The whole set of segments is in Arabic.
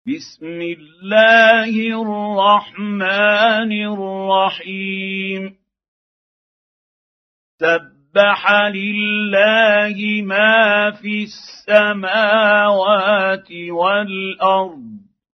بسم الله الرحمن الرحيم سبح لله ما في السماوات والأرض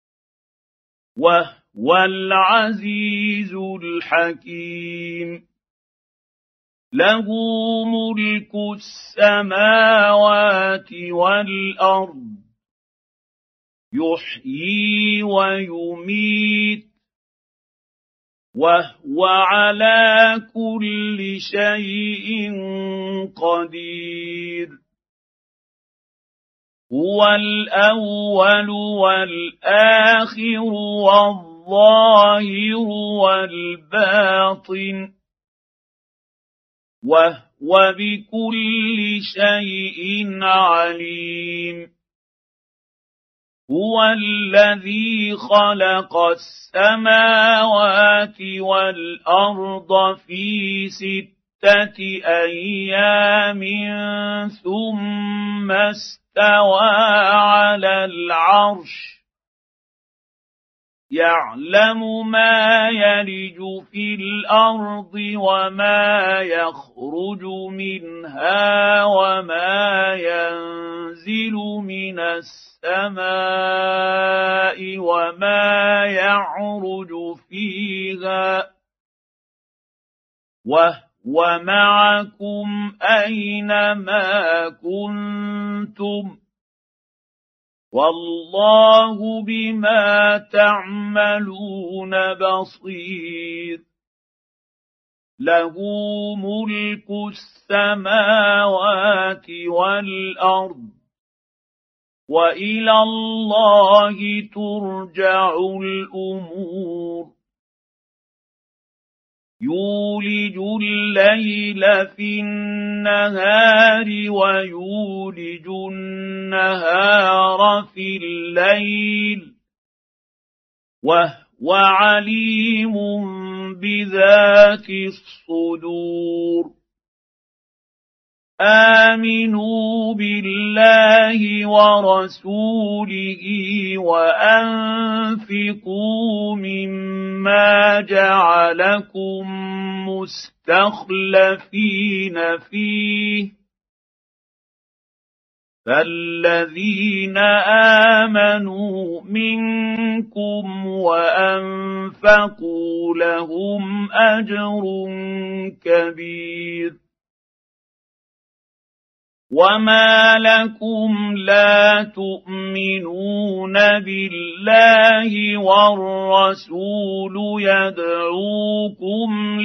وهو العزيز الحكيم له ملك السماوات والأرض يحيي ويميت وهو على كل شيء قدير هو الأول والآخر والظاهر والباطن وهو بكل شيء عليم هو الذي خلق السماوات والأرض في 6 أيام ثم استوى على العرش يعلم ما يلج في الأرض وما يخرج منها وما ينزل من السماء وما يعرج فيها وهو معكم أينما كنتم والله بما تعملون بصير له ملك السماوات والأرض وإلى الله ترجع الأمور يولج الليل في النهار ويولج النهار في الليل وهو عليم بذات الصدور آمنوا بالله ورسوله وأنفقوا مما جعلكم مستخلفين فيه فالذين آمنوا منكم وأنفقوا لهم أجر كبير وما لكم لا تؤمنون بالله والرسول يدعوكم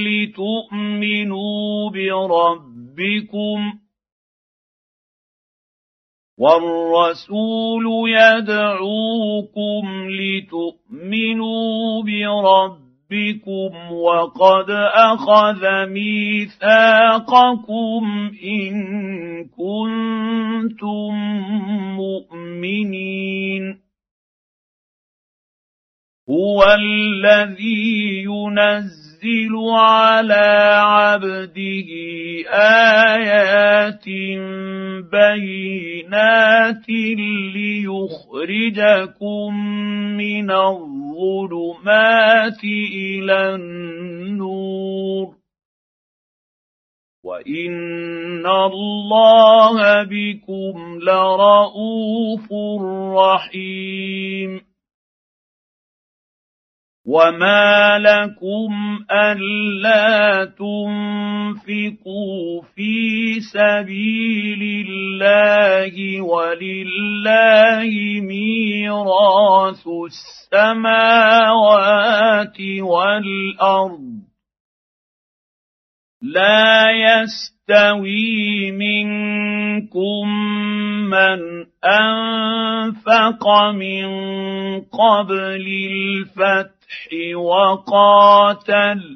لتؤمنوا بربكم وقد أخذ ميثاقكم إن كنتم مؤمنين هو الذي ينزل على عبده آيات بينات ليخرجكم من الظلمات إلى النور وإن الله بكم لرءوف رحيم وما لكم ألا تنفقوا في سبيل الله ولله ميراث السماوات والأرض لا يستوي منكم من أنفق من قبل الفتح وقاتل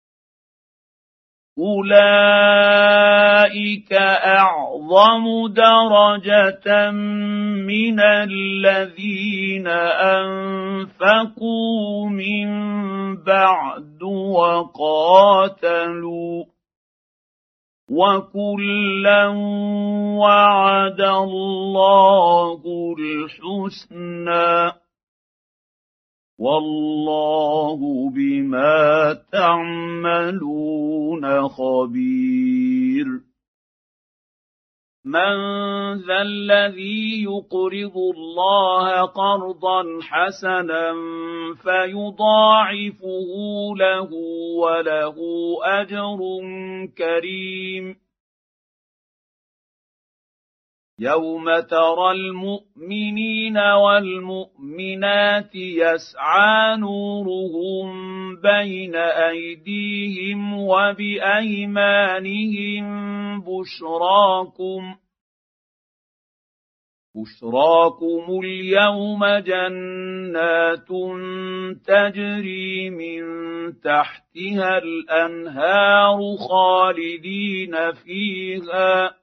أولئك أعظم درجة من الذين أنفقوا من بعد وقاتلوا وكلا وعد الله الحسنى والله بما تعملون خبير. من ذا الذي يقرض الله قرضا حسنا فيضاعفه له وله أجر كريم؟ يوم ترى المؤمنين والمؤمنات يسعى نورهم بين أيديهم وبأيمانهم بشراكم اليوم جنات تجري من تحتها الأنهار خالدين فيها،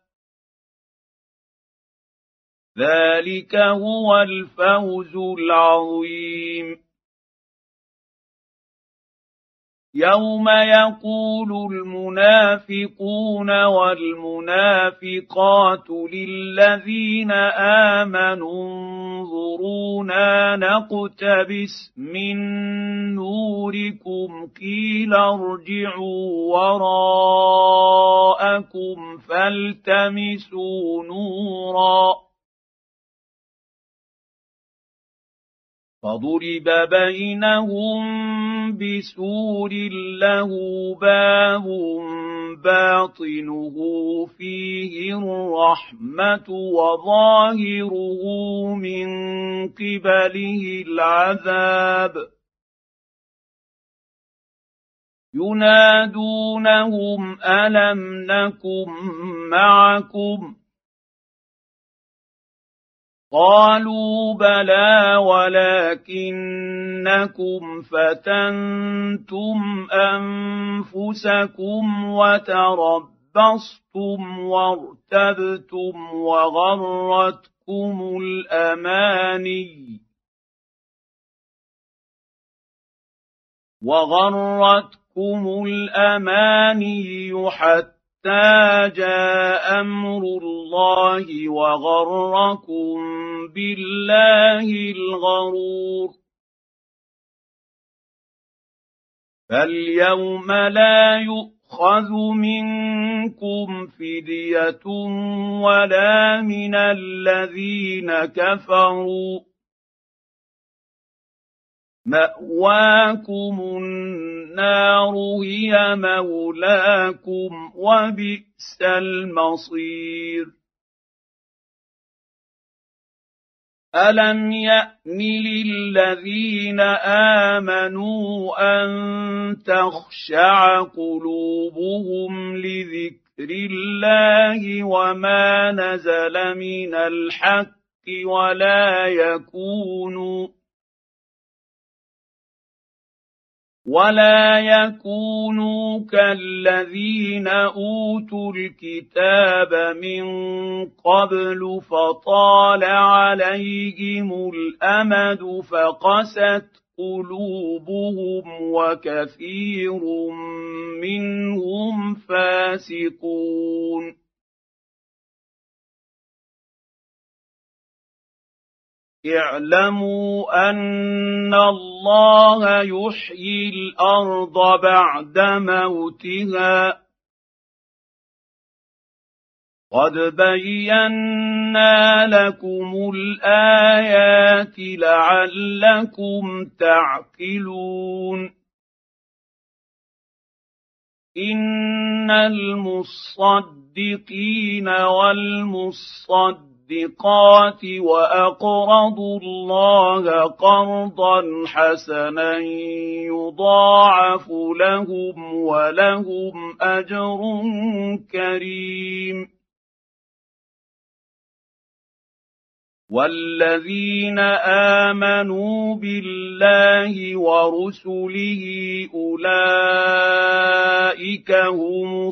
ذلك هو الفوز العظيم. يوم يقول المنافقون والمنافقات للذين آمنوا انظرونا نقتبس من نوركم قيل ارجعوا وراءكم فالتمسوا نورا فضرب بينهم بسور له باب باطنه فيه الرحمة وظاهره من قبله العذاب. ينادونهم ألم نكن معكم؟ قالوا بلى ولكنكم فتنتم أنفسكم وتربصتم وارتبتم وغرتكم الأماني حتى جاء أمر الله وغركم بالله الغرور. فاليوم لا يؤخذ منكم فدية ولا من الذين كفروا، مأواكم النار هي مولاكم وبئس المصير. ألم يأن للذين آمنوا أن تخشع قلوبهم لذكر الله وما نزل من الحق ولا يكونوا كالذين أوتوا الكتاب من قبل فطال عليهم الأمد فقست قلوبهم وكثير منهم فاسقون. اعلموا أن الله يحيي الأرض بعد موتها قد بينا لكم الآيات لعلكم تعقلون. إن المصدقين والمصدقات وأقرضوا الله قرضا حسنا يضاعف لهم ولهم أجر كريم. والذين آمنوا بالله ورسله أولئك هم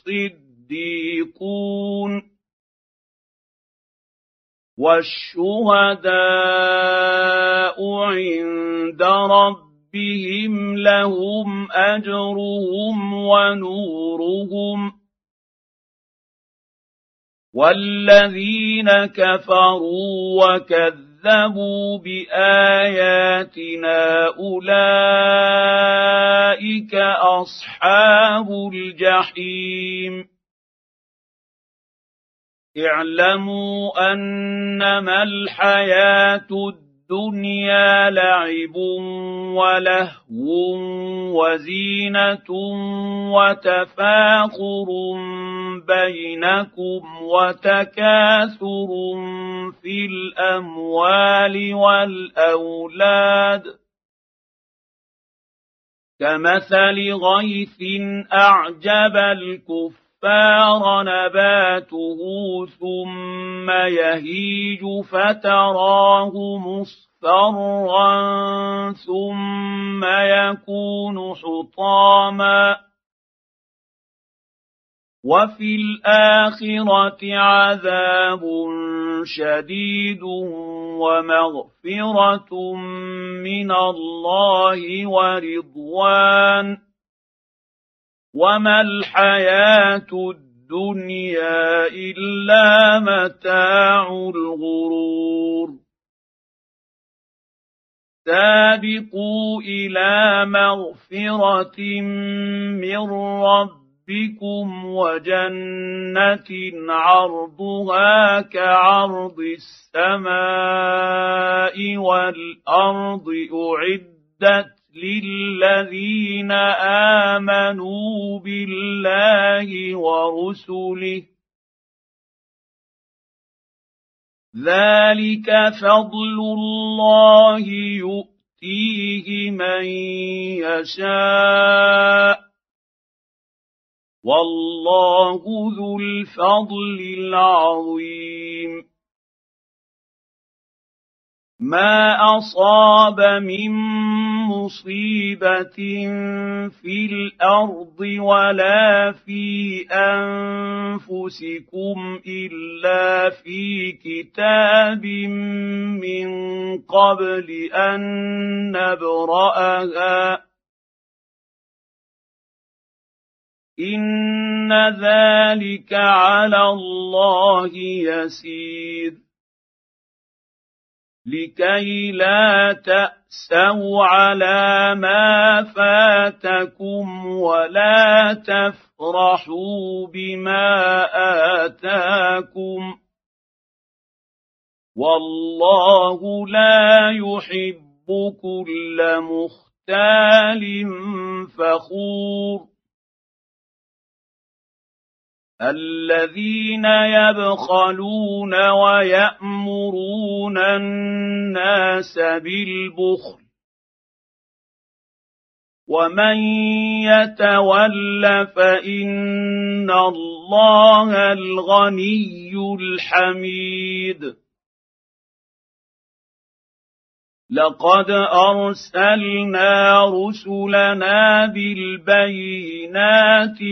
الصديقون والشهداء عند ربهم لهم أجرهم ونورهم. والذين كفروا وكذبوا كذبوا بآياتنا أولئك أصحاب الجحيم اعلموا أنما الحياة الدنيا لعب ولهو وزينة وتفاخر بينكم وتكاثر في الأموال والأولاد كمثل غيث أعجب الكفار نباته ثم يهيج فتراه مصفرا ثم يكون حطاما وفي الآخرة عذاب شديد ومغفرة من الله ورضوان وما الحياة الدنيا إلا متاع الغرور سابقوا إلى مغفرة من ربكم وجنة عرضها كعرض السماء والأرض أعدت للذين آمنوا بالله ورسله ذلك فضل الله يؤتيه من يشاء والله ذو الفضل العظيم ما أصاب من مصيبة في الأرض ولا في أنفسكم إلا في كتاب من قبل أن نبرأها إن ذلك على الله يسير لكي لا تأسوا على ما فاتكم ولا تفرحوا بما آتاكم والله لا يحب كل مختال فخور الذين يبخلون ويأمرون الناس بالبخل ومن يتول فإن الله الغني الحميد لقد أرسلنا رسلنا بالبينات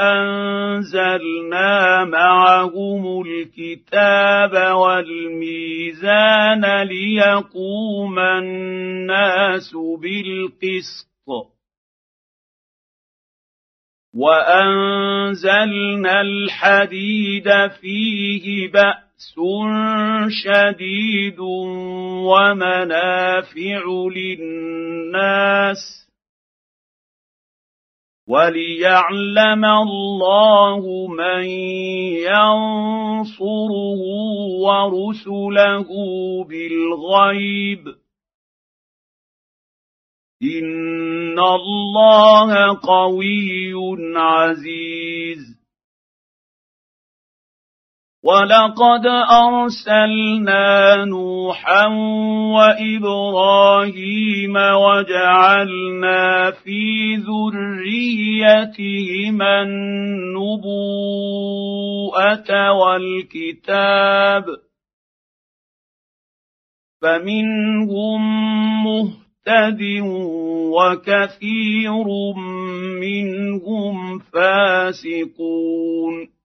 وأنزلنا معهم الكتاب والميزان ليقوم الناس بالقسط وأنزلنا الحديد فيه بأس شديد ومنافع للناس وليعلم الله من ينصره ورسله بالغيب إن الله قوي عزيز ولقد أرسلنا نوحا وإبراهيم وجعلنا في ذريتهما النبوءة والكتاب فمنهم مهتد وكثير منهم فاسقون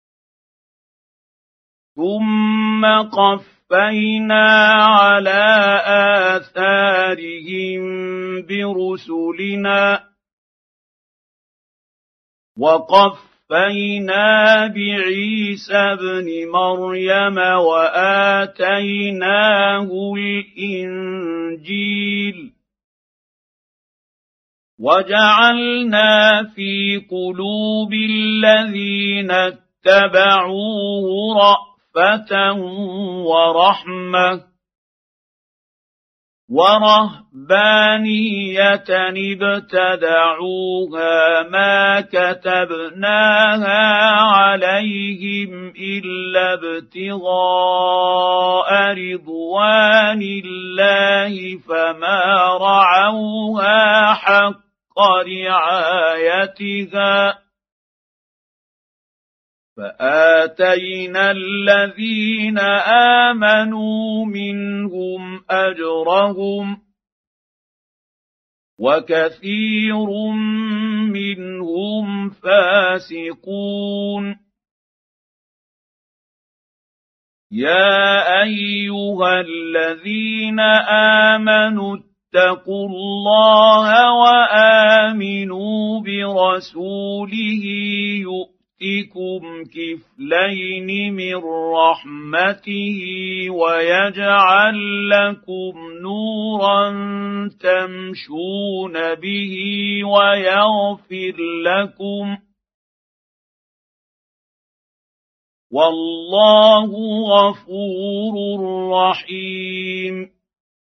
ثم قفينا على آثارهم برسلنا وقفينا بعيسى ابن مريم وآتيناه الإنجيل وجعلنا في قلوب الذين اتبعوه رأفة ورحمة ورهبانية ابتدعوها ما كتبناها عليهم إلا ابتغاء رضوان الله فما رعوها حق رعايتها فآتينا الذين آمنوا منهم أجرهم وكثير منهم فاسقون يا أيها الذين آمنوا اتقوا الله وآمنوا برسوله يؤتكم كفلين من رحمته ويجعل لكم نورا تمشون به ويغفر لكم والله غفور رحيم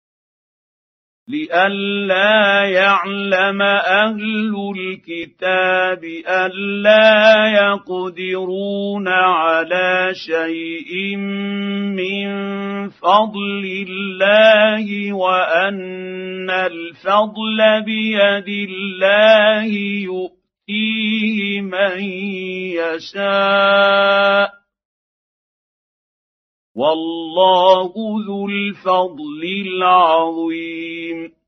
لئلا يعلم أهل الكتاب ألا يقدرون على شيء من فضل الله وأن الفضل بيد الله يؤتيه من يشاء والله ذو الفضل العظيم